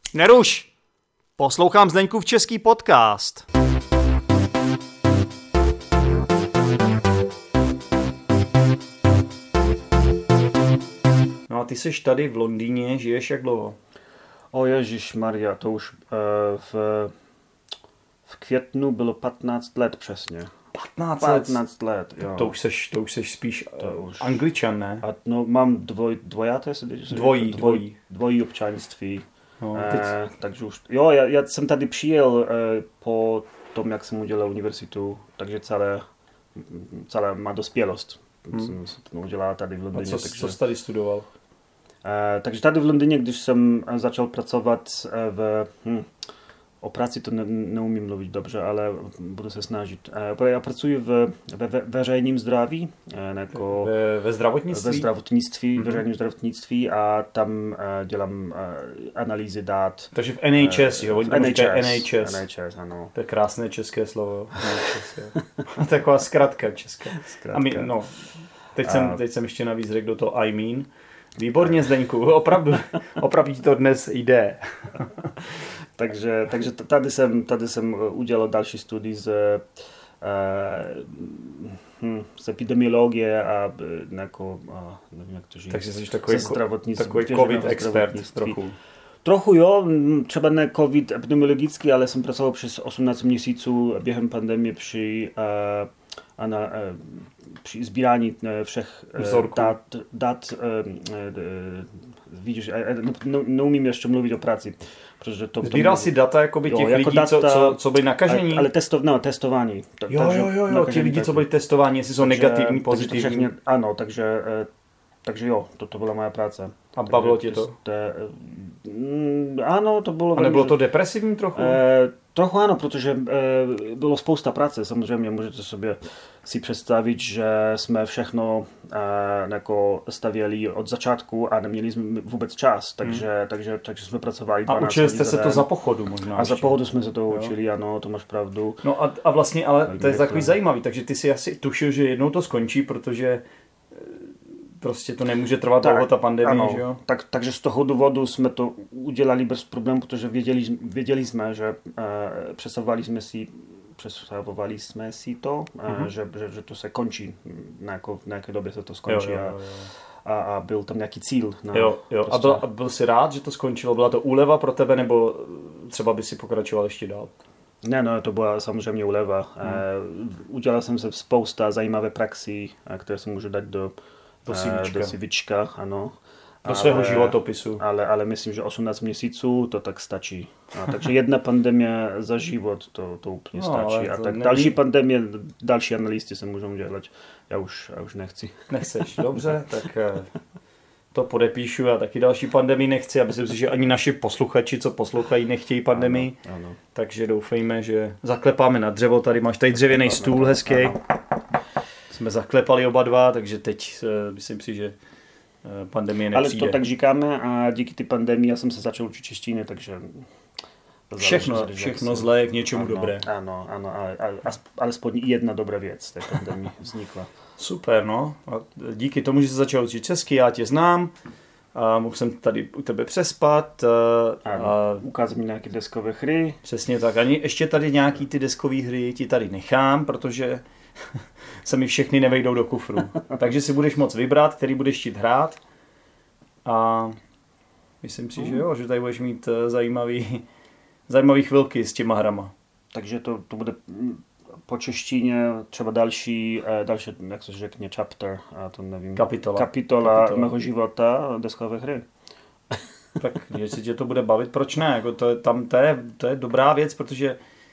Neruš! Poslouchám Zdeňkův český podcast. No a ty jsi tady v Londýně, žiješ jak dlouho? O Ježišmarja, to už v květnu bylo 15 let přesně. 15 let, jo. To už seš spíš Angličan, ne? A no, mám dvojaté dvojí občanství. No, takže už, jo, já jsem tady přijel po tom, jak jsem udělal univerzitu, takže celé má dospělost. Jsem to udělal tady v Londýně. A co jsi tady studoval? Takže tady v Londýně, když jsem začal pracovat o práci to neumím mluvit dobře, ale budu se snažit. Já pracuji ve veřejném zdraví. Ve zdravotnictví? Ve zdravotnictví, veřejném zdravotnictví a tam dělám analýzy dat. Takže v NHS, jo? NHS, ano. To je krásné české slovo. Taková zkratka česká. No, teď jsem ještě navíc řekl do toho I mean. Výborně, Zdeňku, opravdu ti to dnes jde. Takže tady jsem udělal další studii z epidemiologie a nevím, jak to říct. Takže jsi takový covid expert trochu. Trochu jo, třeba ne covid epidemiologický, ale jsem pracoval přes 18 měsíců během pandemie při sbírání všech dat vidíš, neumím ještě mluvit o práci. Sbíral si data jakoby těch lidí, co byli nakažení? Ale testování. Jo, ti lidi, co byli testováni, jestli jsou negativní, pozitivní. Ano, takže jo, to byla moje práce. A bavilo tě to? Ano, to bylo... A nebylo to depresivní trochu? Trochu ano, protože bylo spousta práce. Samozřejmě můžete si představit, že jsme všechno stavěli od začátku a neměli jsme vůbec čas, takže jsme pracovali 12 hodin. A učili jste se to za pochodu možná? A za pochodu jsme se to učili, ano, to máš pravdu. No a vlastně, ale to je takový zajímavý, takže ty si asi tušil, že jednou to skončí, protože prostě to nemůže trvat dlouho ta pandemie, ano, že jo? Takže z toho důvodu jsme to udělali bez problémů, protože věděli jsme, že představovali jsme si to, že to se končí, v nějaké době se to skončí. Jo. A byl tam nějaký cíl. Jo. A byl jsi rád, že to skončilo? Byla to úleva pro tebe, nebo třeba by si pokračoval ještě dál? Ne, to byla samozřejmě úleva. Udělal jsem se spousta zajímavé praxí, které se můžu dát do CVčka, ano. Do svého životopisu. Ale myslím, že 18 měsíců to tak stačí. Takže jedna pandemie za život to úplně stačí. A tak další pandemie, další analýzy se můžou dělat. Já už nechci. Nechceš, dobře, tak to podepíšu. Já taky další pandemii nechci. A myslím si, že ani naši posluchači, co poslouchají, nechtějí pandemii. Ano. Takže doufejme, že zaklepáme na dřevo. Tady máš tady dřevěný stůl hezký. Jsme zaklepali oba dva, takže teď myslím si, že pandemie nepřijde. Ale to tak říkáme a díky ty pandemii já jsem se začal učit češtiny, takže... Všechno zlé je k něčemu dobré. Ano, alespoň jedna dobrá věc té pandemii vznikla. Super, no. A díky tomu, že jsi začal učit česky, já tě znám. A mohl jsem tady u tebe přespat. A ukázat mi nějaké deskové hry. Přesně tak. Ani ještě tady nějaký ty deskové hry ti tady nechám, protože se mi všechny nevejdou do kufru. Takže si budeš moct vybrat, který budeš chtít hrát. A myslím si, že jo, že tady budeš mít zajímavý chvilky s těma hrama. Takže to bude po češtině třeba další, jak se řekne, chapter, a to nevím. Kapitola mého života, deskové hry. Tak když se tě to bude bavit, proč ne? Jako to je dobrá věc, protože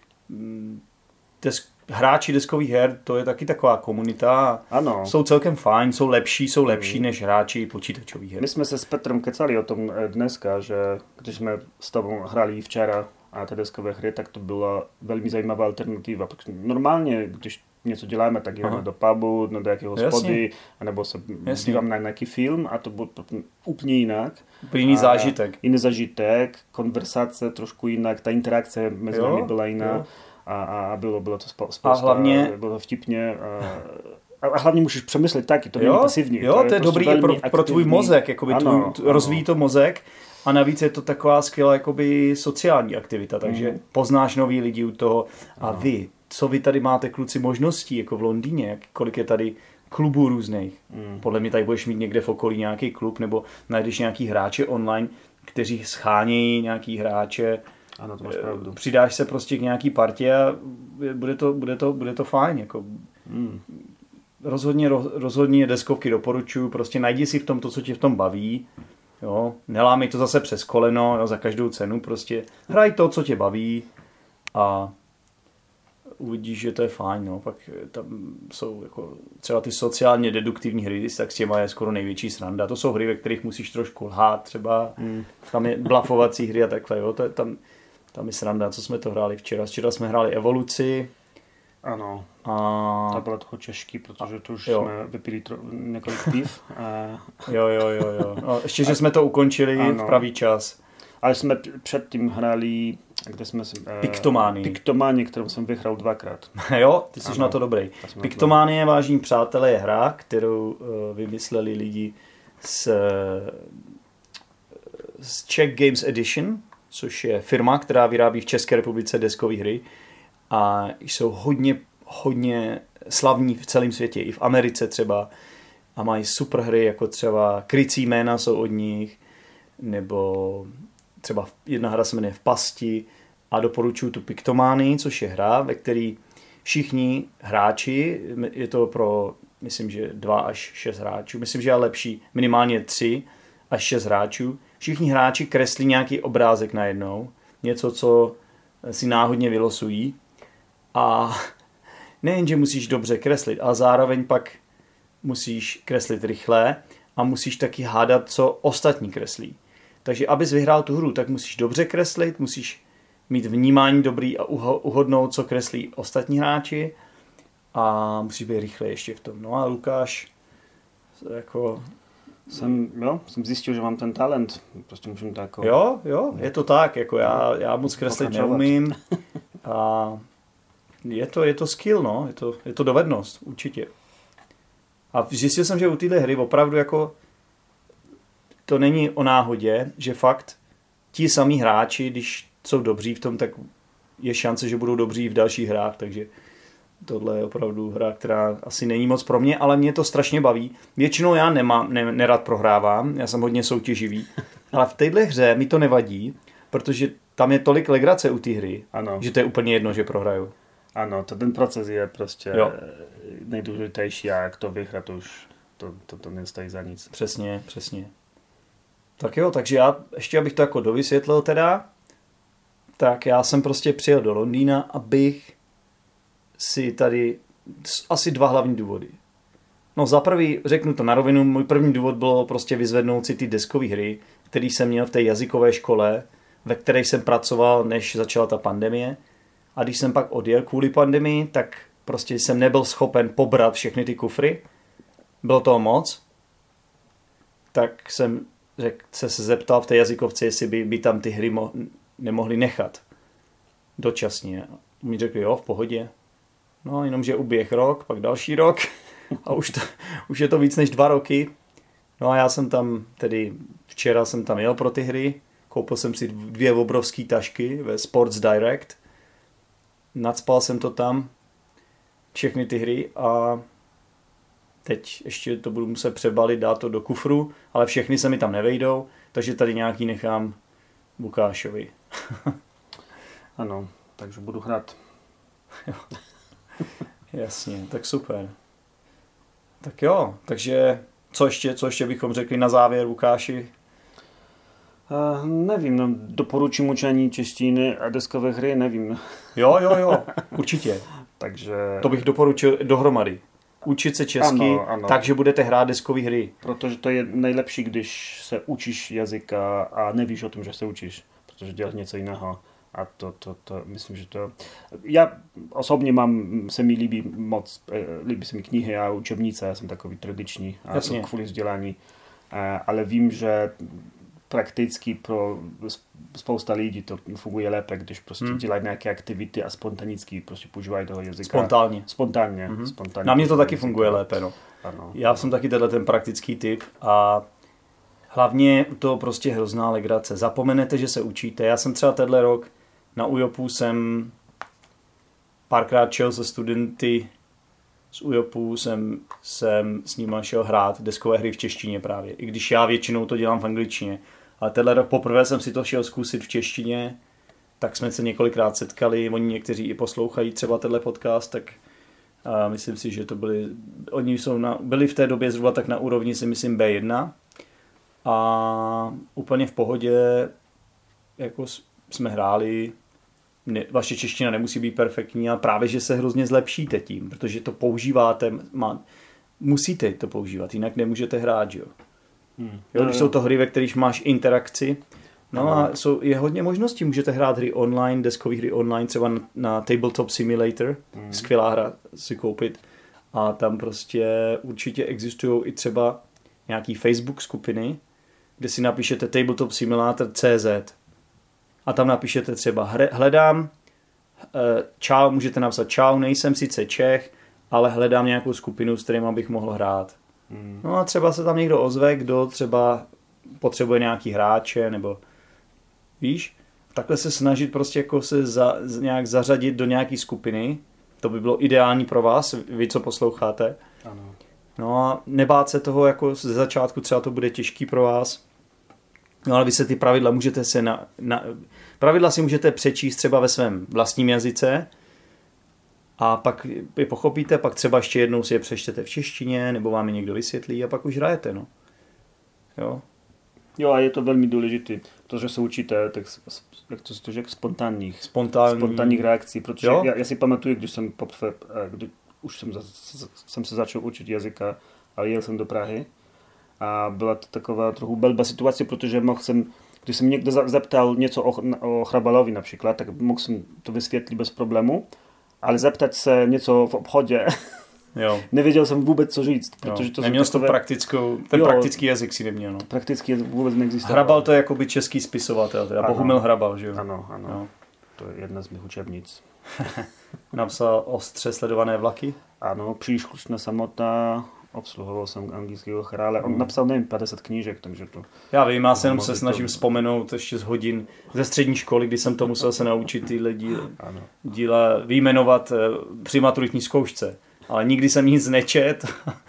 hráči deskových her, to je taky taková komunita. Ano. Jsou celkem fajn, jsou lepší než hráči počítačových her. My jsme se s Petrem kecali o tom dneska, že když jsme s tobou hráli včera a ty deskové hry, tak to byla velmi zajímavá alternativa. Normálně, když něco děláme, tak jdeme do pubu, do nějakého hospody, anebo se díváme na nějaký film a to bylo úplně jinak. Jiný zážitek. Jiný zážitek, konverzace trošku jinak, ta interakce mezi námi byla jiná. Jo. A bylo to spousta, hlavně, bylo to vtipně. A hlavně můžeš přemyslet taky, to není pasivní. Jo, to je dobrý i pro tvůj mozek, jakoby rozvíjí to mozek A navíc je to taková skvělá jakoby sociální aktivita, takže poznáš nový lidi u toho. A vy, co vy tady máte, kluci, možností, jako v Londýně, kolik je tady klubů různých. Podle mě tady budeš mít někde v okolí nějaký klub, nebo najdeš nějaký hráče online, kteří schánějí nějaký hráče. Ano, to máš pravdu. Přidáš se prostě k nějaký partě a bude to fajn. Jako. Rozhodně deskovky doporučuji, prostě najdi si v tom to, co tě v tom baví. Jo, nelámej to zase přes koleno, jo, za každou cenu, prostě hraj to, co tě baví a uvidíš, že to je fajn, no. Pak tam jsou jako třeba ty sociálně deduktivní hry, tak s těma je skoro největší sranda. To jsou hry, ve kterých musíš trošku lhát třeba, tam je blafovací hry a takhle, jo, tam je sranda, co jsme to hráli včera. Včera jsme hráli Evoluci. Ano, to bylo toho těžký, protože to už jsme vypili několik piv. Jo. No, ještě, že jsme to ukončili v pravý čas. Ale jsme předtím hráli, kde jsme Piktomány, kterou jsem vyhrál 2krát. Jo, ty jsi na to dobrý. Piktomány, vážení přátelé, je hra, kterou vymysleli lidi z Czech Games Edition, což je firma, která vyrábí v České republice deskové hry a jsou hodně slavní v celém světě, i v Americe třeba, a mají super hry, jako třeba Krycí jména jsou od nich, nebo třeba jedna hra se jmenuje V pasti, a doporučuji tu Piktomány, což je hra, ve které všichni hráči, je to pro, myslím, že 2 až 6 hráčů, myslím, že je lepší minimálně 3 až 6 hráčů, všichni hráči kreslí nějaký obrázek najednou, něco, co si náhodně vylosují, a nejenže musíš dobře kreslit, ale zároveň pak musíš kreslit rychle a musíš taky hádat, co ostatní kreslí. Takže abys vyhrál tu hru, tak musíš dobře kreslit, musíš mít vnímání dobrý a uhodnout, co kreslí ostatní hráči, a musíš být rychle ještě v tom. No a Lukáš, jako... Jsem zjistil, že mám ten talent. Prostě můžu to jako... Jo, je to tak, jako já moc kreslit neumím a je to skill, no, je to dovednost, určitě. A zjistil jsem, že u téhle hry opravdu jako to není o náhodě, že fakt ti samí hráči, když jsou dobří v tom, tak je šance, že budou dobří v dalších hrách, takže tohle je opravdu hra, která asi není moc pro mě, ale mě to strašně baví. Většinou já nerad prohrávám, já jsem hodně soutěživý, ale v téhle hře mi to nevadí, protože tam je tolik legrace u té hry, že to je úplně jedno, že prohraju. Ano, ten proces je prostě nejdůležitější, a jak to vyhrát, to už to nestojí za nic. Přesně. Tak jo, takže já ještě, abych to jako dovysvětlil teda, tak já jsem prostě přijel do Londýna, abych si tady asi 2 hlavní důvody. No za prvý, řeknu to na rovinu, můj první důvod bylo prostě vyzvednout si ty deskové hry, který jsem měl v té jazykové škole, ve které jsem pracoval, než začala ta pandemie. A když jsem pak odjel kvůli pandemii, tak prostě jsem nebyl schopen pobrat všechny ty kufry. Bylo toho moc. Tak jsem se zeptal v té jazykovce, jestli by tam ty hry nemohli nechat dočasně. Mi řekli, jo, v pohodě. No, jenomže uběh rok, pak další rok a už je to víc než 2 roky. No a já jsem tam, tedy včera jsem tam jel pro ty hry, koupil jsem si 2 obrovský tašky ve Sports Direct, nacpal jsem to tam, všechny ty hry, a teď ještě to budu muset přebalit, dát to do kufru, ale všechny se mi tam nevejdou, takže tady nějaký nechám Lukášovi. Ano, takže budu hrát. Jasně, tak super. Tak jo, takže co ještě bychom řekli na závěr, Lukáši? Nevím, no, doporučím učení češtiny a deskové hry, nevím. Jo, určitě. Takže... To bych doporučil dohromady. Učit se česky, ano. Takže budete hrát deskové hry. Protože to je nejlepší, když se učíš jazyka a nevíš o tom, že se učíš, protože děláš něco jiného. A to myslím, že to... Já osobně se mi líbí se mi knihy a učebnice, já jsem takový tradiční a to kvůli vzdělání. Ale vím, že prakticky pro spousta lidí to funguje lépe, když prostě dělají nějaké aktivity a spontanicky prostě používají toho jazyka. Spontánně. Na mě to taky funguje lépe, no. Ano. Já jsem taky ten praktický typ a Hlavně to prostě hrozná legrace. Zapomenete, že se učíte. Já jsem třeba tenhle rok na UJOPu jsem párkrát šel se studenty z UJOPu, jsem s nimi šel hrát deskové hry v češtině právě. I když já většinou to dělám v angličtině. Ale tenhle rok poprvé jsem si to šel zkusit v češtině, tak jsme se několikrát setkali. Oni někteří i poslouchají třeba tenhle podcast, tak myslím si, že to oni byli v té době zhruba tak na úrovni, si myslím, B1. A úplně v pohodě jako jsme hráli. Vaše čeština nemusí být perfektní, ale právě, že se hrozně zlepšíte tím, protože to používáte, musíte to používat, jinak nemůžete hrát, jo. Když jsou to hry, ve kterých máš interakci, a je hodně možností, můžete hrát hry online, deskové hry online, třeba na Tabletop Simulator, skvělá hra si koupit, a tam prostě určitě existují i třeba nějaký Facebook skupiny, kde si napíšete Tabletop Simulator CZ a tam napíšete třeba hledám, čau, můžete napsat čau, nejsem sice Čech, ale hledám nějakou skupinu, s kterým bych mohl hrát. No a třeba se tam někdo ozve, kdo třeba potřebuje nějaký hráče, nebo víš, takhle se snažit prostě jako se nějak zařadit do nějaký skupiny, to by bylo ideální pro vás, vy co posloucháte. Ano. No a nebát se toho, jako ze začátku třeba to bude těžký pro vás, no ale vy se ty pravidla můžete pravidla si můžete přečíst třeba ve svém vlastním jazyce a pak je pochopíte, pak třeba ještě jednou si je přečtete v češtině, nebo vám je někdo vysvětlí a pak už hrajete, no. Jo, a je to velmi důležité, protože se učíte, tak jak to řekl, spontánních reakcí, protože já si pamatuju, když jsem už jsem se začal učit jazyka, ale jel jsem do Prahy a byla to taková trochu blbá situace, protože když jsem někdo zeptal něco o Hrabalovi například, tak mohl jsem to vysvětlit bez problému, ale zeptat se něco v obchodě, jo. Nevěděl jsem vůbec, co říct. Protože to neměl jsi praktický jazyk si neměl. No. Praktický jazyk vůbec neexistoval. Hrabal to je jakoby český spisovatel, teda Bohumil Hrabal, že jo? Ano. No. To je jedna z mých učebnic. Napsal Ostře sledované vlaky? Ano, Příšklusná samota, obsluhoval jsem anglického chrále. On napsal, nevím, 50 knížek, takže to... Já vím, já se jenom snažím vzpomenout ještě z hodin ze střední školy, kdy jsem to musel se naučit tyhle díla vyjmenovat při maturitní zkoušce. Ale nikdy jsem nic nečet.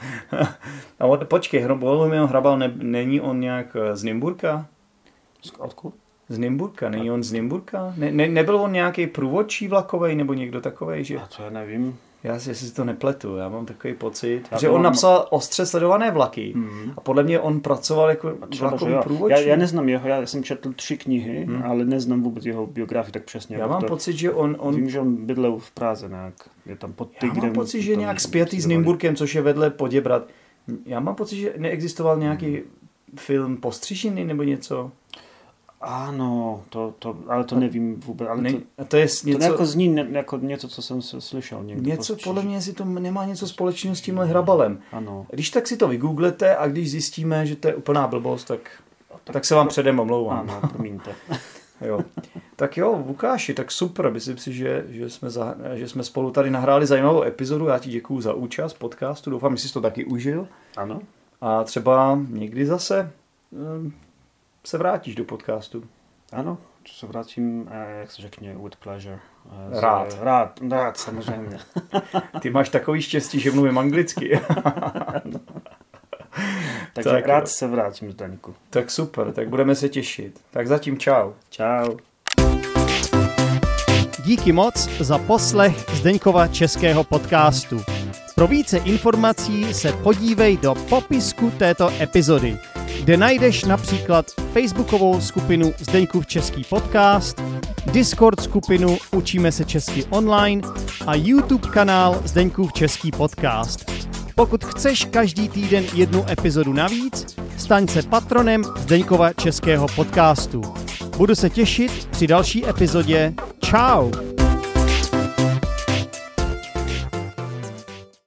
A počkej, Bohumil Hrabal, není on nějak z Nymburka? Odkud? Z Nymburka, není on z Nymburka? Nebyl on nějaký průvodčí vlakovej nebo někdo takovej, že? A to já nevím. Já si to nepletu, já mám takový pocit, že on napsal Ostře sledované vlaky a podle mě on pracoval jako vlakový průvodčí. Já neznám jeho, já jsem četl 3 knihy, ale neznám vůbec jeho biografii tak přesně. Já mám pocit, že on... Vím, že on bydlel v Praze nějak, je tam pod Tigrem. Já mám pocit, že nějak spjatý s Nymburkem, což je vedle Poděbrad. Já mám pocit, že neexistoval nějaký film Postřižiny nebo něco. Ano, ale to nevím vůbec. Ale to je něco, to jako zní jako něco, co jsem slyšel. Něco podle mě, jestli to nemá něco společného s tímhle Hrabalem. Ano. Když tak si to vygooglete a když zjistíme, že to je úplná blbost, tak se vám předem omlouvám. Ano, promiňte. Jo. Tak jo, Lukáši, tak super. Myslím si, že jsme spolu tady nahráli zajímavou epizodu. Já ti děkuju za účast podcastu. Doufám, že jsi to taky užil. Ano. A třeba někdy zase se vrátíš do podcastu. Ano, se vrátím, jak se řekne, with pleasure. Rád, samozřejmě. Ty máš takový štěstí, že mluvím anglicky. Takže tak rád se vrátím, Zdeňku. Tak super, tak budeme se těšit. Tak zatím čau. Čau. Díky moc za poslech Zdeňkova českého podcastu. Pro více informací se podívej do popisku této epizody, kde najdeš například facebookovou skupinu Zdeňkův český podcast, Discord skupinu Učíme se česky online a YouTube kanál Zdeňkův český podcast. Pokud chceš každý týden 1 epizodu navíc, staň se patronem Zdeňkova českého podcastu. Budu se těšit při další epizodě. Čau!